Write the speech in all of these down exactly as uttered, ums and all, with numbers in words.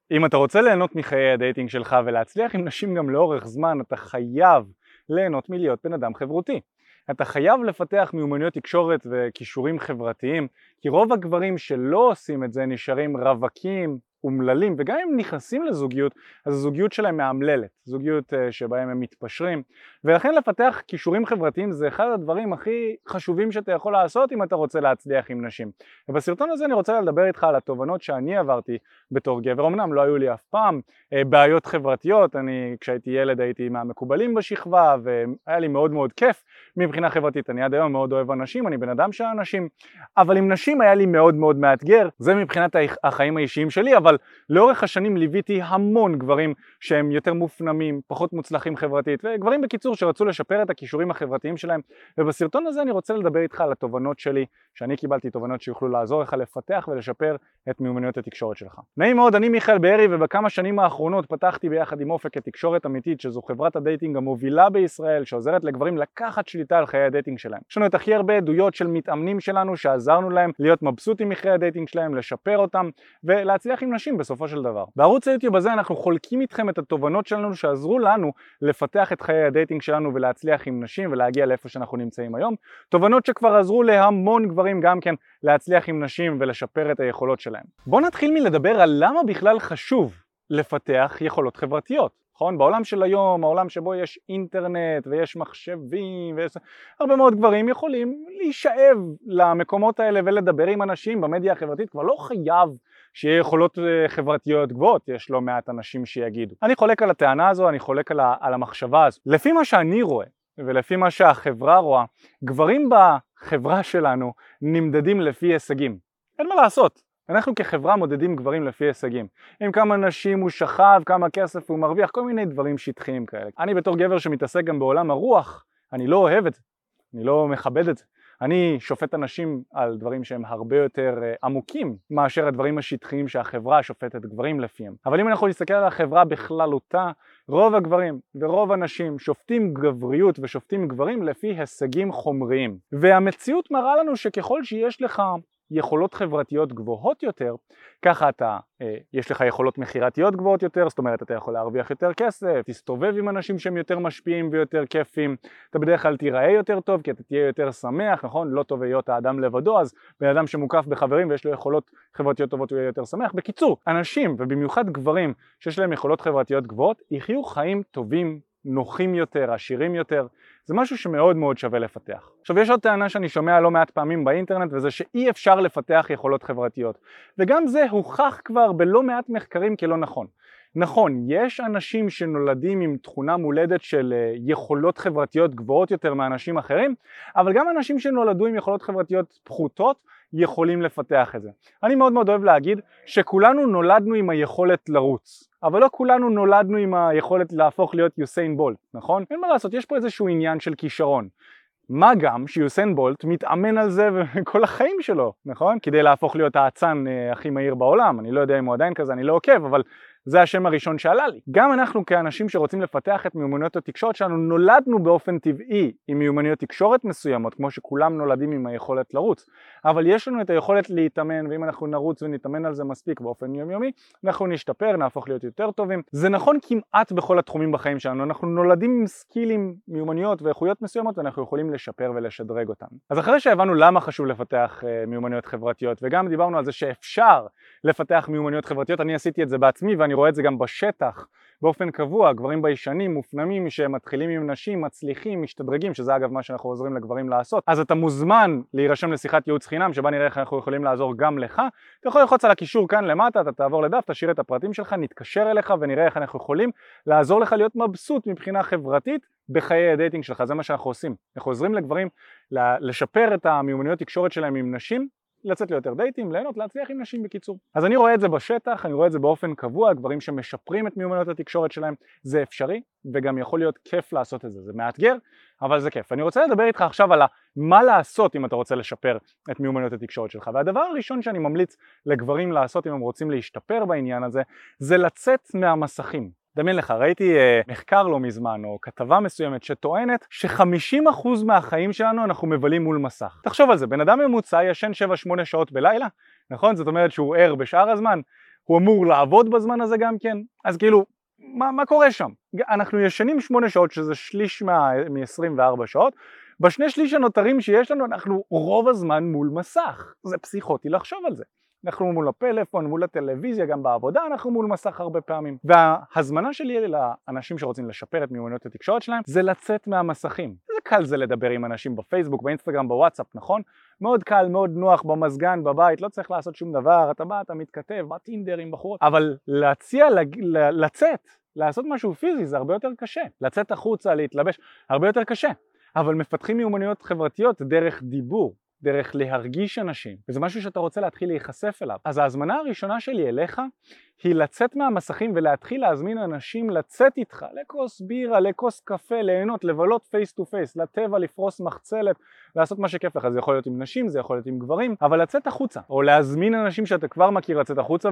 אם אתה רוצה ליהנות מחיי הדייטינג שלך ולהצליח עם נשים גם לאורך זמן, אתה חייב ליהנות מלהיות בן אדם חברותי. אתה חייב לפתח מיומנויות תקשורת וכישורים חברתיים, כי רוב הגברים שלא עושים את זה נשארים רווקים אומללים, וגם אם נכנסים לזוגיות, אז הזוגיות שלהם מאמללת, זוגיות שבהם הם מתפשרים, ולכן לפתח כישורים חברתיים זה אחד הדברים הכי חשובים שאתה יכול לעשות אם אתה רוצה להצליח עם נשים. ובסרטון הזה אני רוצה לדבר איתך על התובנות שאני עברתי בתור גבר. אמנם לא היו לי אף פעם בעיות חברתיות, אני כשהייתי ילד הייתי מהמקובלים בשכבה, והיה לי מאוד מאוד כיף מבחינה חברתית. אני עד היום מאוד אוהב אנשים, אני בן אדם של אנשים, אבל עם נשים היה לי מאוד מאוד מאתגר. זה מבחינת החיים האישיים שלי, אבל לאורך השנים ליוויתי המון גברים שהם יותר מופנמים, פחות מוצלחים חברתית, וגברים בקיצור שרצו לשפר את הכישורים החברתיים שלהם. ובסרטון הזה אני רוצה לדבר איתך על התובנות שלי, שאני קיבלתי תובנות שיוכלו לעזור לך לפתח ולשפר את מיומנויות התקשורת שלך. נעים מאוד, אני מיכאל בארי, ובכמה שנים האחרונות פתחתי ביחד עם אופק את תקשורת אמיתית, שזו חברת הדייטינג המובילה בישראל, שעוזרת לגברים לקחת שליטה על חיי הדייטינג שלהם. יש לנו את הכי הרבה עדויות של מתאמנים שלנו שעזרנו להם להיות מבסוטים מחיי הדייטינג שלהם, לשפר אותם ולהצליח עם נשים בסופו של דבר. בערוץ היוטיוב הזה אנחנו חולקים איתכם את התובנות שלנו שעזרו לנו לפתח את חיי הדייטינג שלנו ולהצליח עם נשים ולהגיע לאיפה שאנחנו נמצאים היום. תובנות שכבר עזרו להמון גברים גם כן להצליח עם נשים ולשפר את היכולות שלהם. בואו נתחיל מלדבר על למה בכלל חשוב לפתח יכולות חברתיות. נכון? בעולם של היום, העולם שבו יש אינטרנט ויש מחשבים ויש הרבה מאוד גברים יכולים להישאב למקומות האלה ולדבר עם אנשים במדיה החברתית. כבר לא חייב שיהיה יכולות חברתיות גבוהות, יש לא מעט אנשים שיגידו. אני חולק על הטענה הזו, אני חולק על, על המחשבה הזו. לפי מה שאני רואה ולפי מה שהחברה רואה, גברים בחברה שלנו נמדדים לפי הישגים. אין מה לעשות. אנחנו כחברה מודדים גברים לפי הישגים. עם כמה נשים הוא שכב, כמה כסף הוא מרוויח, כל מיני דברים שטחיים כאלה. אני בתור גבר שמתעסק גם בעולם הרוח, אני לא אוהב את זה, אני לא מכבד את זה. אני שופט אנשים על דברים שהם הרבה יותר עמוקים מאשר הדברים השטחיים שהחברה שופטת גברים לפיהם. אבל אם אנחנו נסתכל על החברה בכללותה, רוב הגברים ורוב הנשים שופטים גבריות ושופטים גברים לפי הישגים חומריים. והמציאות מראה לנו שככל שיש לך יכולות חברתיות גבוהות יותר, ככה אתה, אה, יש לך יכולות מחירתיות גבוהות יותר, זאת אומרת אתה יכול להרוויח יותר כסף, תסתובב עם אנשים שהם יותר משפיעים ויותר כיפים, אתה בדרך כלל תיראה יותר טוב כי אתה תהיה יותר שמח, נכון? לא טוב להיות האדם לבדו, אז בן אדם שמוקף בחברים ויש לו יכולות חברתיות טובות הוא יהיה יותר שמח. בקיצור, אנשים ובמיוחד גברים שיש להם יכולות חברתיות גבוהות, יחיו חיים טובים, נוחים יותר, עשירים יותר. זה משהו שמאוד מאוד שווה לפתח. עכשיו יש עוד טענה שאני שומע לא מעט פעמים באינטרנט, וזה שאי אפשר לפתח יכולות חברתיות. וגם זה הוכח כבר בלא מעט מחקרים כלא נכון. נכון, יש אנשים שנולדים עם תכונה מולדת של יכולות חברתיות גבוהות יותר מאנשים אחרים, אבל גם אנשים שנולדו עם יכולות חברתיות פחותות יכולים לפתח את זה. אני מאוד מאוד אוהב להגיד שכולנו נולדנו עם היכולת לרוץ, אבל לא כולנו נולדנו עם היכולת להפוך להיות יוסיין בולט, נכון? אין מה לעשות, יש פה איזשהו עניין של כישרון. מה גם שיוסיין בולט מתאמן על זה כל החיים שלו, נכון? כדי להפוך להיות האצן הכי מהיר בעולם. אני לא יודע אם הוא עדיין כזה, אני לא עוקב, אבל זה השם הראשון שעלה לי. גם אנחנו כאנשים שרוצים לפתח את מיומנויות התקשורת שלנו, נולדנו באופן טבעי עם מיומנויות תקשורת מסוימות, כמו שכולם נולדים עם היכולת לרוץ. אבל יש לנו את היכולת להתאמן, ואם אנחנו נרוץ ונתאמן על זה מספיק באופן יומיומי, אנחנו נשתפר, נהפוך להיות יותר טובים. זה נכון כמעט בכל התחומים בחיים שלנו. אנחנו נולדים עם סקילים, מיומנויות ואיכויות מסוימות, ואנחנו יכולים לשפר ולשדרג אותם. אז אחרי שהבנו למה חשוב לפתח uh, מיומנויות חברתיות, וגם דיברנו על זה שאפשר לפתח מיומנויות חברתיות, אני עשיתי את זה בעצמי ואני רואה את זה גם בשטח באופן קבוע. גברים ביישנים, מופנמים, שמתחילים עם נשים, מצליחים, משתדרגים, שזה אגב מה שאנחנו עוזרים לגברים לעשות. אז אתה מוזמן להירשם לשיחת ייעוץ חינם שבה נראה איך אנחנו יכולים לעזור גם לך. אתה יכול ללחוץ על הקישור כאן למטה, אתה תעבור לדף, תשאיר את הפרטים שלך, נתקשר אליך ונראה איך אנחנו יכולים לעזור לך להיות מבסוט מבחינה חברתית בחיי הדייטינג שלך. זה מה שאנחנו עושים. אנחנו עוזרים לגברים לשפר את המיומנויות תקשורת שלהם עם נשים, לצאת ליותר דייטים, ליהנות, להצליח עם נשים בקיצור. אז אני רואה את זה בשטח, אני רואה את זה באופן קבוע, גברים שמשפרים את מיומנויות התקשורת שלהם, זה אפשרי וגם יכול להיות כיף לעשות את זה. זה מאתגר, אבל זה כיף. אני רוצה לדבר איתך עכשיו על מה לעשות אם אתה רוצה לשפר את מיומנויות התקשורת שלך. והדבר הראשון שאני ממליץ לגברים לעשות אם הם רוצים להשתפר בעניין הזה, זה לצאת מהמסכים. דמיין לך, ראיתי אה, מחקר לא מזמן או כתבה מסוימת שטוענת ש-חמישים אחוז מהחיים שלנו אנחנו מבלים מול מסך. תחשוב על זה, בן אדם ממוצע ישן שבע שמונה שעות בלילה, נכון? זאת אומרת שהוא ער בשאר הזמן. הוא אמור לעבוד בזמן הזה גם כן, אז כאילו, מה, מה קורה שם? אנחנו ישנים שמונה שעות, שזה שליש מ-עשרים וארבע שעות, בשני שליש הנותרים שיש לנו, אנחנו רוב הזמן מול מסך, זה פסיכוטי לחשוב על זה. אנחנו מול הפלאפון, מול הטלוויזיה, גם בעבודה אנחנו מול מסך הרבה פעמים. וההזמנה שלי לאנשים שרוצים לשפר את מיומנויות התקשורת שלהם, זה לצאת מהמסכים. זה קל זה לדבר עם אנשים בפייסבוק, באינסטגרם, בוואטסאפ, נכון? מאוד קל, מאוד נוח, במזגן, בבית, לא צריך לעשות שום דבר, אתה בא, אתה מתכתב, בטינדר עם בחורות, אבל להציע, לצאת, לעשות משהו פיזי, זה הרבה יותר קשה. לצאת החוצה, להתלבש, הרבה יותר קשה. אבל מפתחים מיומנויות חברתיות דרך דיבור, דרך להרגיש אנשים, וזה משהו שאתה רוצה להתחיל להיחשף אליו. אז ההזמנה הראשונה שלי אליך היא לצאת מהמסכים ולהתחיל להזמין אנשים לצאת איתך, לכוס בירה, לכוס קפה, ליהנות, לבלות פייס טו פייס, לטבע, לפרוס מחצלת, לעשות מה שכיף לך. זה יכול להיות עם נשים, זה יכול להיות עם גברים, אבל לצאת החוצה, או להזמין אנשים שאתה כבר מכיר לצאת החוצה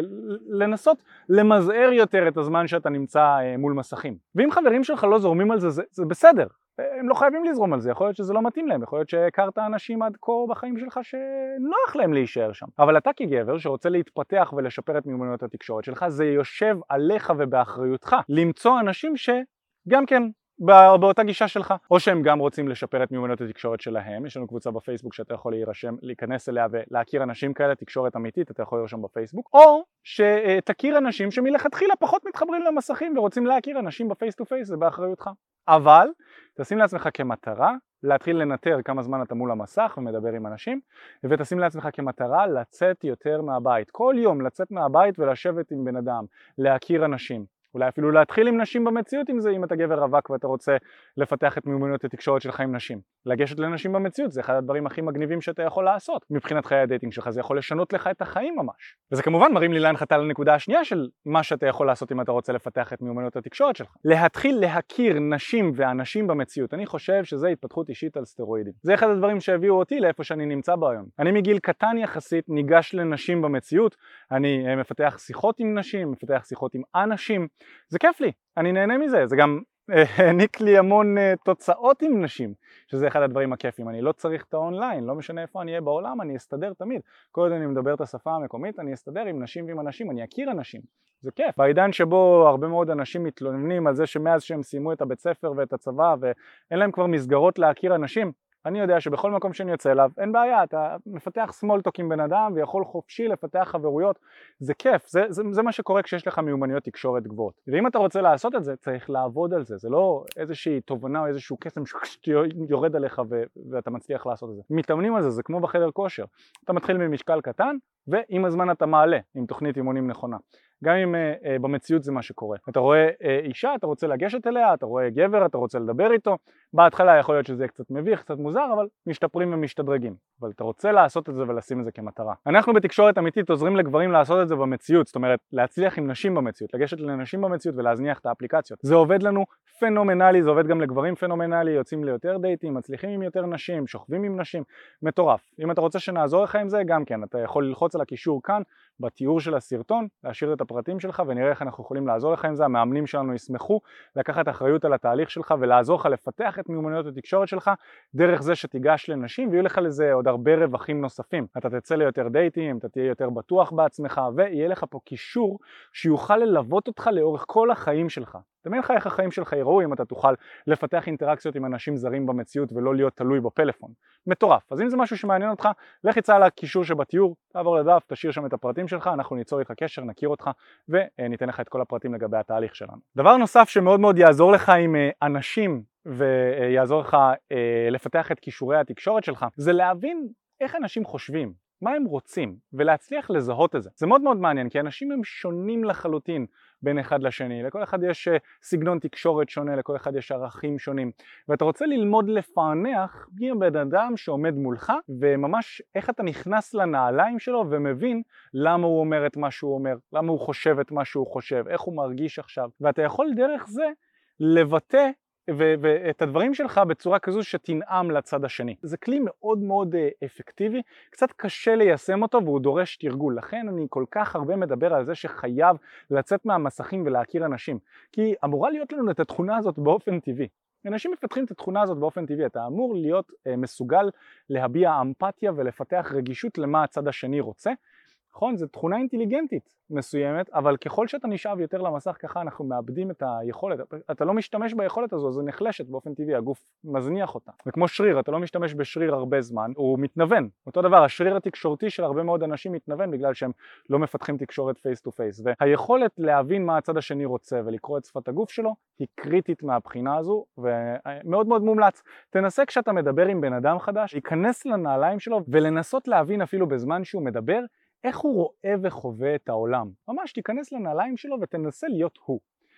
ולנסות למזער יותר את הזמן שאתה נמצא מול מסכים. ואם חברים שלך לא זורמים על זה, זה, זה בסדר. הם לא חייבים לזרום על זה, יכול להיות שזה לא מתאים להם, יכול להיות שהכרת אנשים עד כה בחיים שלך שנוח להם להישאר שם. אבל אתה כגבר שרוצה להתפתח ולשפר את מיומנויות התקשורת שלך, זה יושב עליך ובאחריותך למצוא אנשים שגם כן באותה גישה שלך, או שהם גם רוצים לשפר את מיומנויות התקשורת שלהם. יש לנו קבוצה בפייסבוק שאתה יכול להירשם, להיכנס אליה ולהכיר אנשים כאלה, תקשורת אמיתית, אתה יכול להירשם בפייסבוק, או שתכיר אנשים שמלכתחילה פחות מתחברים למסכים ורוצים להכיר אנשים בפייס טו פייס, זה באחריותך. אבל תשים לעצמך כמטרה להתחיל לנטר כמה זמן אתה מול המסך ומדבר עם אנשים, ותשים לעצמך כמטרה לצאת יותר מהבית, כל יום לצאת מהבית ולשבת עם בן אדם, להכיר אנשים, אולי אפילו להתחיל עם נשים במציאות עם זה, אם אתה גבר רווק ואתה רוצה לפתח את מיומנויות התקשורת שלך עם נשים. לגשת לנשים במציאות זה אחד הדברים הכי מגניבים שאתה יכול לעשות. מבחינת חיי הדייטינג שלך זה יכול לשנות לך את החיים ממש. וזה כמובן מרים לי לאן חטא לנקודה השנייה של מה שאתה יכול לעשות אם אתה רוצה לפתח את מיומנויות התקשורת שלך. להתחיל להכיר נשים ואנשים במציאות. אני חושב שזה התפתחות אישית על סטרואידים. זה אחד הדברים שהביאו אותי לאיפה שאני נמצא בו היום. אני מגיל קטן יחסית ניגש לנשים במציאות. אני מפתח שיחות עם נשים, מפתח שיחות עם אנשים. זה כיף לי, אני נהנה מזה, זה גם העניק לי המון תוצאות עם נשים, שזה אחד הדברים הכיפים. אני לא צריך את האונליין, לא משנה איפה אני אהיה בעולם, אני אסתדר תמיד. כל עוד אני מדבר את השפה המקומית, אני אסתדר עם נשים ועם אנשים, אני אכיר אנשים, זה כיף. בעידן שבו הרבה מאוד אנשים מתלוננים על זה שמאז שהם סיימו את הבית ספר ואת הצבא ואין להם כבר מסגרות להכיר אנשים, אני יודע שבכל מקום שאני יוצא אליו, אין בעיה, אתה מפתח סמולטוק עם בן אדם ויכול חופשי לפתח חברויות, זה כיף, זה, זה, זה מה שקורה כשיש לך מיומנויות תקשורת גבוהות. ואם אתה רוצה לעשות את זה, צריך לעבוד על זה, זה לא איזושהי תובנה או איזשהו קסם שיורד עליך ו, ואתה מצליח לעשות את זה. מתאמנים על זה, זה כמו בחדר כושר, אתה מתחיל ממשקל קטן ועם הזמן אתה מעלה עם תוכנית אימונים נכונה. גם אם uh, uh, במציאות זה מה שקורה. אתה רואה uh, אישה, אתה רוצה לגשת אליה, אתה רואה גבר, אתה רוצה לדבר איתו, בהתחלה יכול להיות שזה קצת מביך, קצת מוזר, אבל משתפרים ומשתדרגים. אבל אתה רוצה לעשות את זה ולשים את זה כמטרה. אנחנו בתקשורת אמיתית עוזרים לגברים לעשות את זה במציאות, זאת אומרת להצליח עם נשים במציאות, לגשת לנשים במציאות ולהזניח את האפליקציות. זה עובד לנו פנומנלי, זה עובד גם לגברים פנומנלי, יוצאים ליותר דייטים, מצליחים עם יותר נשים, שוכבים עם נשים, מטורף. אם אתה רוצה שנעזור לך עם זה, גם כן, אתה יכול ללחוץ על הקישור כאן, בתיאור של הסרטון, להשאיר את הפרטים שלך ונראה איך אנחנו יכולים לעזור לך עם זה. המאמנים שלנו ישמחו לקחת אחריות על התהליך שלך ולעזור לך לפתח את מיומנויות התקשורת שלך דרך זה שתיגש לנשים ויהיו לך לזה עוד הרבה רווחים נוספים. אתה תצא ליותר דייטים, אתה תהיה יותר בטוח בעצמך ויהיה לך פה קישור שיוכל ללוות אותך לאורך כל החיים שלך. תמיד לך איך החיים שלך יראו אם אתה תוכל לפתח אינטראקציות עם אנשים זרים במציאות ולא להיות תלוי בפלאפון. מטורף. אז אם זה משהו שמעניין אותך, לך יצא על הקישור שבתיאור, תעבור לדף, תשאיר שם את הפרטים שלך, אנחנו ניצור איתך קשר, נכיר אותך וניתן לך את כל הפרטים לגבי התהליך שלנו. דבר נוסף שמאוד מאוד יעזור לך עם אנשים ויעזור לך לפתח את כישורי התקשורת שלך, זה להבין איך אנשים חושבים, מה הם רוצים, ולהצליח לזהות את זה. זה מאוד מאוד מעניין, כי אנשים הם שונים לחלוטין בין אחד לשני. לכל אחד יש סגנון תקשורת שונה, לכל אחד יש ערכים שונים. ואתה רוצה ללמוד לפענח מי הבן אדם שעומד מולך, וממש איך אתה נכנס לנעליים שלו ומבין למה הוא אומר את מה שהוא אומר, למה הוא חושב את מה שהוא חושב, איך הוא מרגיש עכשיו. ואתה יכול דרך זה לבטא ו- ואת הדברים שלך בצורה כזו שתנעם לצד השני. זה כלי מאוד מאוד אפקטיבי, קצת קשה ליישם אותו והוא דורש תרגול. לכן אני כל כך הרבה מדבר על זה שחייב לצאת מהמסכים ולהכיר אנשים. כי אמורה להיות לנו את התכונה הזאת באופן טבעי. אנשים מפתחים את התכונה הזאת באופן טבעי, אתה אמור להיות מסוגל להביע אמפתיה ולפתח רגישות למה הצד השני רוצה. נכון? זו תכונה אינטליגנטית מסוימת, אבל ככל שאתה נשאב יותר למסך ככה אנחנו מאבדים את היכולת, אתה לא משתמש ביכולת הזו, אז היא נחלשת באופן טבעי, הגוף מזניח אותה. וכמו שריר, אתה לא משתמש בשריר הרבה זמן, הוא מתנוון. אותו דבר, השריר התקשורתי של הרבה מאוד אנשים מתנוון בגלל שהם לא מפתחים תקשורת פייס טו פייס, והיכולת להבין מה הצד השני רוצה ולקרוא את שפת הגוף שלו היא קריטית מהבחינה הזו, ומאוד מאוד מומלץ. תנסה כשאתה מדבר עם בן אדם חדש, להיכנס לנעליים שלו ולנסות להבין אפילו בזמן שהוא מדבר איך הוא רואה וחווה את העולם. ממש תיכנס לנעליים שלו ותנסה להיות הוא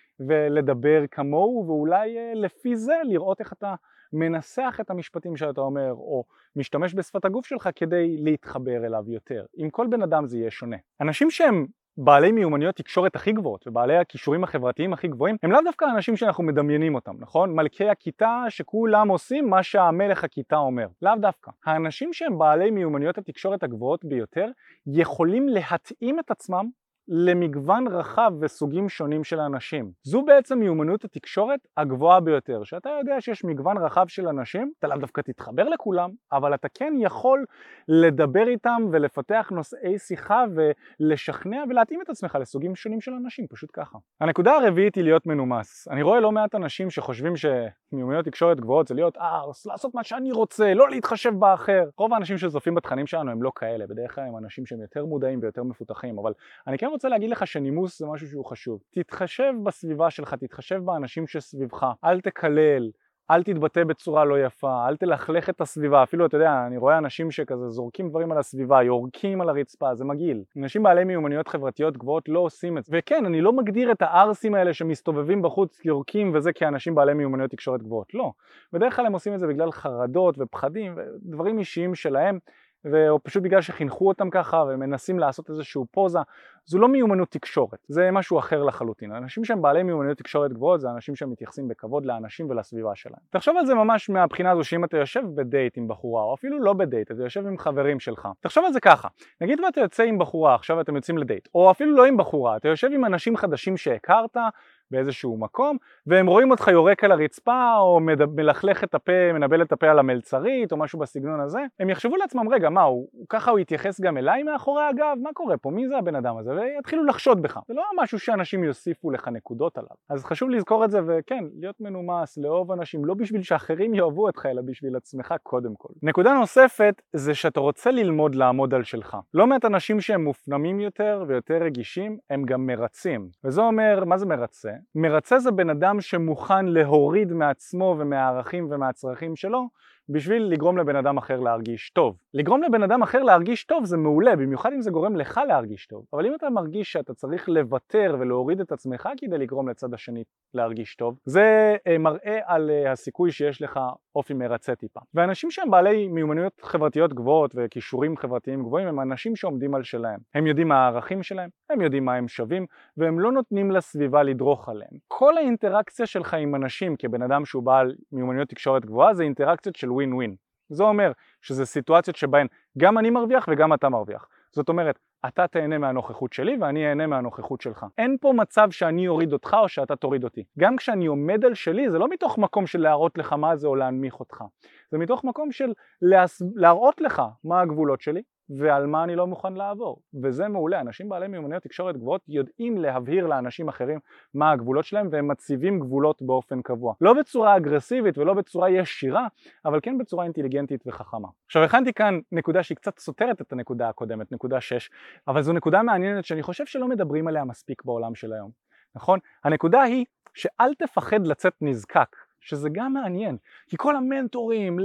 ולדבר כמוהו, ואולי לפי זה לראות איך אתה מנסח את המשפטים שאתה אומר או משתמש בשפת הגוף שלך כדי להתחבר אליו יותר. עם כל בן אדם זה יהיה שונה. אנשים שהם בעלי מיומנויות תקשורת הכי גבוהות ובעלי הכישורים החברתיים הכי גבוהים הם לאו דווקא אנשים שאנחנו מדמיינים אותם, נכון? מלכי הכיתה שכולם עושים מה שהמלך הכיתה אומר, לאו דווקא. האנשים שהם בעלי מיומנויות התקשורת הגבוהות ביותר יכולים להתאים את עצמם למגוון רחב וסוגים שונים של אנשים. זו בעצם מיומנות התקשורת הגבוהה ביותר, שאתה יודע שיש מגוון רחב של אנשים, אתה לאו דווקא תתחבר לכולם, אבל אתה כן יכול לדבר איתם ולפתח נושאי שיחה ולשכנע ולהתאים את עצמך לסוגים שונים של אנשים, פשוט ככה. הנקודה הרביעית היא להיות מנומס. אני רואה לא מעט אנשים שחושבים שמיומנויות תקשורת גבוהות זה להיות ארס, לעשות מה שאני רוצה, לא להתחשב באחר. רוב האנשים שזופים בתכנים שלנו הם לא כאלה, בדרך כלל הם אנשים שהם יותר מודעים ויותר מפותחים, אבל אני כן רוצה להגיד לך שנימוס זה משהו שהוא חשוב. תתחשב בסביבה שלך, תתחשב באנשים שסביבך, אל תקלל, אל תתבטא בצורה לא יפה, אל תלכלך את הסביבה. אפילו אתה יודע, אני רואה אנשים שכזה זורקים דברים על הסביבה, יורקים על הרצפה, זה מגעיל. אנשים בעלי מיומנויות חברתיות גבוהות לא עושים את זה. וכן, אני לא מגדיר את הארסים האלה שמסתובבים בחוץ, יורקים וזה כאנשים בעלי מיומנויות תקשורת גבוהות, לא. בדרך כלל הם עושים את זה בגלל חרדות ופחדים ודברים אישיים שלהם, או פשוט בגלל שחינכו אותם ככה ומנסים לעשות איזשהו פוזה. זו לא מיומנות תקשורת, זה משהו אחר לחלוטין. אנשים שהם בעלי מיומנויות תקשורת גבוהות זה אנשים שהם מתייחסים בכבוד לאנשים ולסביבה שלהם. תחשוב על זה ממש מהבחינה הזו שאם אתה יושב בדייט עם בחורה, או אפילו לא בדייט, אתה יושב עם חברים שלך. תחשוב על זה ככה, נגיד ואתה יוצא עם בחורה, עכשיו אתם יוצאים לדייט, או אפילו לא עם בחורה, אתה יושב עם אנשים חדשים שהכרת באיזשהו מקום, והם רואים אותך יורק על הרצפה, או מלכלך את הפה, מנבל את הפה על המלצרית, או משהו בסגנון הזה, הם יחשבו לעצמם, רגע, מה, הוא, ככה הוא יתייחס גם אליי מאחורי הגב? מה קורה פה? מי זה הבן אדם הזה? ויתחילו לחשוד בך. זה לא משהו שאנשים יוסיפו לך נקודות עליו. אז חשוב לזכור את זה, וכן, להיות מנומס, לאהוב אנשים, לא בשביל שאחרים יאהבו אותך, אלא בשביל עצמך קודם כל. נקודה נוספת, זה שאתה רוצה ללמוד לעמוד על שלך. לא מעט אנשים שהם מופנמים יותר ויותר רגישים, הם גם מרצים. וזה אומר, מה זה מרצה? מרצה זה בן אדם שמוכן להוריד מעצמו ומהערכים ומהצרכים שלו בשביל לגרום לבן אדם אחר להרגיש טוב. לגרום לבן אדם אחר להרגיש טוב זה מעולה, במיוחד אם זה גורם לך להרגיש טוב. אבל אם אתה מרגיש שאתה צריך לוותר ולהוריד את עצמך כדי לגרום לצד השני להרגיש טוב, זה מראה על הסיכוי שיש לך אופי מרצה טיפה. ואנשים שהם בעלי מיומנויות חברתיות גבוהות וכישורים חברתיים גבוהים הם אנשים שעומדים על שלהם. הם יודעים מה הערכים שלהם, הם יודעים מה הם שווים, והם לא נותנים לסביבה לדרוך עליהם. כל האינטראקציה שלך עם אנשים כבן אדם שהוא בעל מיומנויות תקשורת גבוהה זה אינטראקציות של ווין ווין. זה אומר שזה סיטואציות שבהן גם אני מרוויח וגם אתה מרוויח. זאת אומרת, אתה תהנה מהנוכחות שלי ואני אהנה מהנוכחות שלך. אין פה מצב שאני אוריד אותך או שאתה תוריד אותי. גם כשאני עומד על שלי זה לא מתוך מקום של להראות לך מה זה או להנמיך אותך. זה מתוך מקום של להס... להראות לך מה הגבולות שלי ועל מה אני לא מוכן לעבור. וזה מעולה. אנשים בעלי מיומנויות תקשורת גבוהות יודעים להבהיר לאנשים אחרים מה הגבולות שלהם, והם מציבים גבולות באופן קבוע. לא בצורה אגרסיבית ולא בצורה ישירה, אבל כן בצורה אינטליגנטית וחכמה. עכשיו הכנתי כאן נקודה שהיא קצת סותרת את הנקודה הקודמת, נקודה שש, אבל זו נקודה מעניינת שאני חושב שלא מדברים עליה מספיק בעולם של היום. נכון? הנקודה היא שאל תפחד לצאת נזקק. שזה גם מעניין, כי כל המנטורים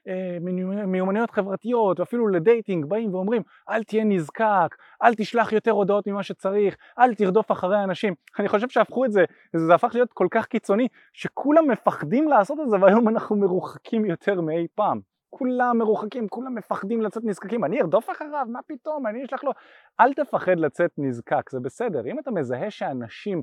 למיומנויות חברתיות ואפילו לדייטינג באים ואומרים אל תהיה נזקק, אל תשלח יותר הודעות ממה שצריך, אל תרדוף אחרי אנשים. אני חושב שהפכו את זה, זה הפך להיות כל כך קיצוני שכולם מפחדים לעשות את זה, והיום אנחנו מרוחקים יותר מאי פעם. כולם מרוחקים, כולם מפחדים לצאת נזקקים, אני ארדוף אחריו, מה פתאום, אני אשלח לו. אל תפחד לצאת נזקק, זה בסדר. אם אתה מזהה שאנשים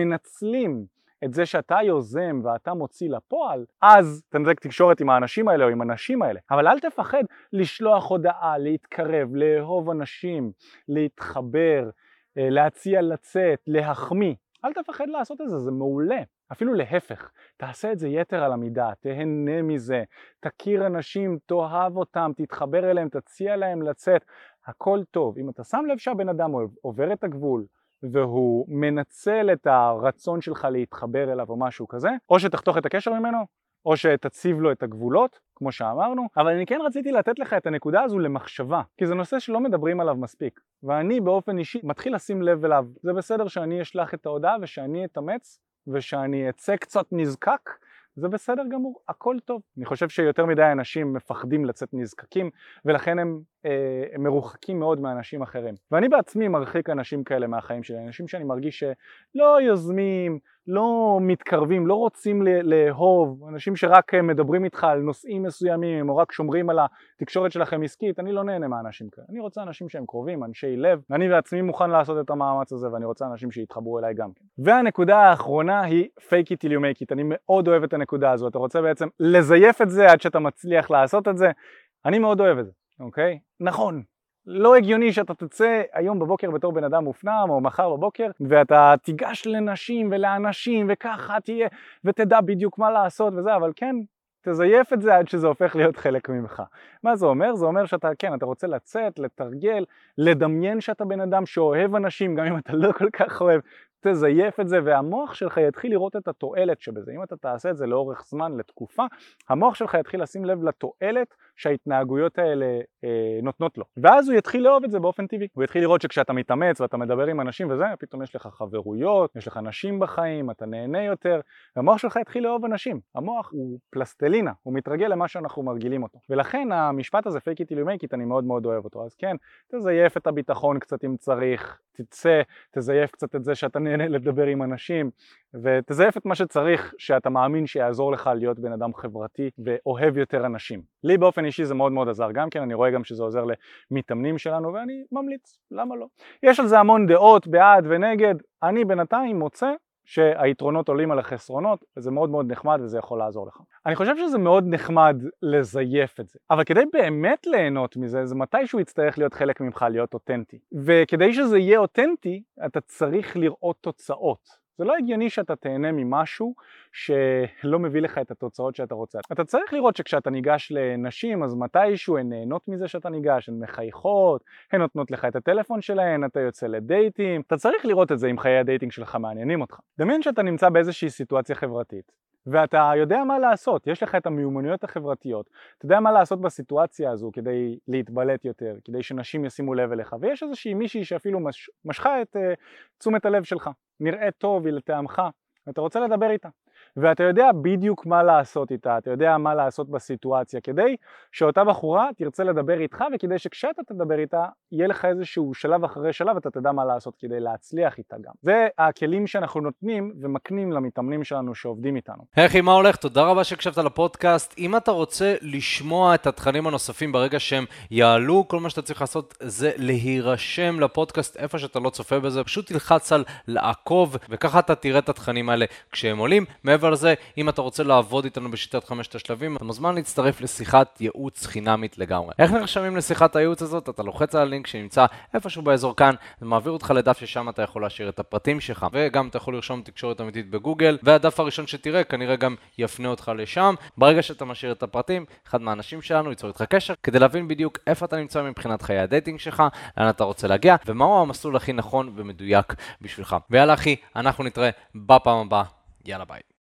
מנצלים את זה שאתה יוזם ואתה מוציא לפועל, אז תנתק תקשורת עם האנשים האלה או עם הנשים האלה. אבל אל תפחד לשלוח הודעה, להתקרב, לאהוב אנשים, להתחבר, להציע לצאת, להחמיא. אל תפחד לעשות את זה, זה מעולה. אפילו להפך, תעשה את זה יתר על המידה, תהנה מזה, תכיר אנשים, תאהב אותם, תתחבר אליהם, תציע להם לצאת. הכל טוב. אם אתה שם לב שהבן אדם עובר את הגבול והוא מנצל את הרצון שלך להתחבר אליו או משהו כזה, או שתחתוך את הקשר ממנו, או שתציב לו את הגבולות, כמו שאמרנו, אבל אני כן רציתי לתת לך את הנקודה הזו למחשבה, כי זה נושא שלא מדברים עליו מספיק, ואני באופן אישי מתחיל לשים לב אליו. זה בסדר שאני אשלח את ההודעה ושאני אתאמץ ושאני אצא קצת נזקק, זה בסדר גמור, הכל טוב. אני חושב שיותר מדי אנשים מפחדים לצאת נזקקים, ולכן הם, אה, הם מרוחקים מאוד מאנשים אחרים. ואני בעצמי מרחיק אנשים כאלה מהחיים שלי, אנשים שאני מרגיש שלא יוזמים, לא מתקרבים, לא רוצים לאהוב, אנשים שרק מדברים איתך על נושאים מסוימים, או רק שומרים על התקשורת שלכם עסקית. אני לא נהנה מהאנשים כאלה. אני רוצה אנשים שהם קרובים, אנשי לב, ואני בעצמי מוכן לעשות את המאמץ הזה, ואני רוצה אנשים שיתחברו אליי גם כן. והנקודה האחרונה היא fake it till you make it. אני מאוד אוהב את הנקודה הזו. אתה רוצה בעצם לזייף את זה עד שאתה מצליח לעשות את זה. אני מאוד אוהב את זה, אוקיי? נכון. לא הגיוני שאתה תצא היום בבוקר בתור בן אדם מופנם או מחר בבוקר ואתה תיגש לנשים ולאנשים וככה תהיה ותדע בדיוק מה לעשות וזה, אבל כן, תזייף את זה עד שזה הופך להיות חלק ממך. מה זה אומר? זה אומר שאתה, כן, אתה רוצה לצאת, לתרגל, לדמיין שאתה בן אדם שאוהב אנשים, גם אם אתה לא כל כך אוהב, תזייף את זה, והמוח שלך יתחיל לראות את התועלת שבזה. אם אתה תעשה את זה לאורך זמן, לתקופה, המוח שלך יתחיל לשים לב לתועלת שההתנהגויות האלה אה, נותנות לו. ואז הוא יתחיל לאהוב את זה באופן טבעי. הוא יתחיל לראות שכשאתה מתאמץ ואתה מדבר עם אנשים וזה, פתאום יש לך חברויות, יש לך נשים בחיים, אתה נהנה יותר, והמוח שלך יתחיל לאהוב אנשים. המוח הוא פלסטלינה, הוא מתרגל למה שאנחנו מרגילים אותו. ולכן המשפט הזה, fake it till you make it, אני מאוד מאוד אוהב אותו. אז כן, תזייף את הביטחון קצת אם צריך, תצא, תזייף קצת את זה שאתה נהנה לדבר עם אנשים, ותזייף את מה שצריך שאתה מאמין שיעזור לך להיות בן אדם חברתי ואוהב יותר אנשים. לי באופן אישי זה מאוד מאוד עזר גם כן, אני רואה גם שזה עוזר למתאמנים שלנו ואני ממליץ, למה לא? יש על זה המון דעות בעד ונגד, אני בינתיים מוצא שהיתרונות עולים על החסרונות, וזה מאוד מאוד נחמד וזה יכול לעזור לך. אני חושב שזה מאוד נחמד לזייף את זה, אבל כדי באמת ליהנות מזה, זה מתישהו יצטרך להיות חלק ממך, להיות אותנטי. וכדי שזה יהיה אותנטי, אתה צריך לראות תוצאות. זה לא הגיוני שאתה תהנה ממשהו שלא מביא לך את התוצאות שאתה רוצה. אתה צריך לראות שכשאתה ניגש לנשים, אז מתישהו הן נהנות מזה שאתה ניגש, הן מחייכות, הן נותנות לך את הטלפון שלהן, אתה יוצא לדייטים. אתה צריך לראות את זה אם חיי הדייטינג שלך מעניינים אותך. דמיין שאתה נמצא באיזושהי סיטואציה חברתית, ואתה יודע מה לעשות, יש לך את המיומנויות החברתיות, אתה יודע מה לעשות בסיטואציה הזו כדי להתבלט יותר, כדי שנשים ישימו לב אליך, ויש איזושהי מישהי שאפילו מש, משכה את uh, תשומת הלב שלך, נראה טוב, היא לטעמך, ואתה רוצה לדבר איתה, ואתה יודע בדיוק מה לעשות איתה, אתה יודע מה לעשות בסיטואציה, כדי שאותה בחורה תרצה לדבר איתך, וכדי שכשאתה תדבר איתה, יהיה לך איזשהו שלב אחרי שלב, אתה תדע מה לעשות כדי להצליח איתה גם. זה הכלים שאנחנו נותנים ומקנים למתאמנים שלנו שעובדים איתנו. היי, מה הולך? תודה רבה שהקשבת לפודקאסט. אם אתה רוצה לשמוע את התכנים הנוספים ברגע שהם יעלו, כל מה שאתה צריך לעשות זה להירשם לפודקאסט איפה שאתה לא צופה בזה, פשוט תלחץ על לעקוב, וככה אתה תראה את התכנים האלה כשהם עולים. מעבר לזה, אם אתה רוצה לעבוד איתנו בשיטת חמשת השלבים, אתה מוזמן להצטרף לשיחת ייעוץ חינמית לגמרי. איך נרשמים לשיחת הייעוץ הזאת? אתה לוחץ על הלינק שנמצא איפשהו באזור כאן, זה מעביר אותך לדף ששם אתה יכול להשאיר את הפרטים שלך, וגם אתה יכול לרשום תקשורת אמיתית בגוגל, והדף הראשון שתראה כנראה גם יפנה אותך לשם. ברגע שאתה משאיר את הפרטים, אחד מהאנשים שלנו ייצור איתך קשר, כדי להבין בדיוק איפה אתה נמצא מבחינת חיי הדייטינג שלך, לאן אתה רוצה להגיע, ומהו המסלול הכי נכון ומדויק בשבילך. ויאללה אחי, אנחנו נתראה בפעם הבאה. יאללה ביי.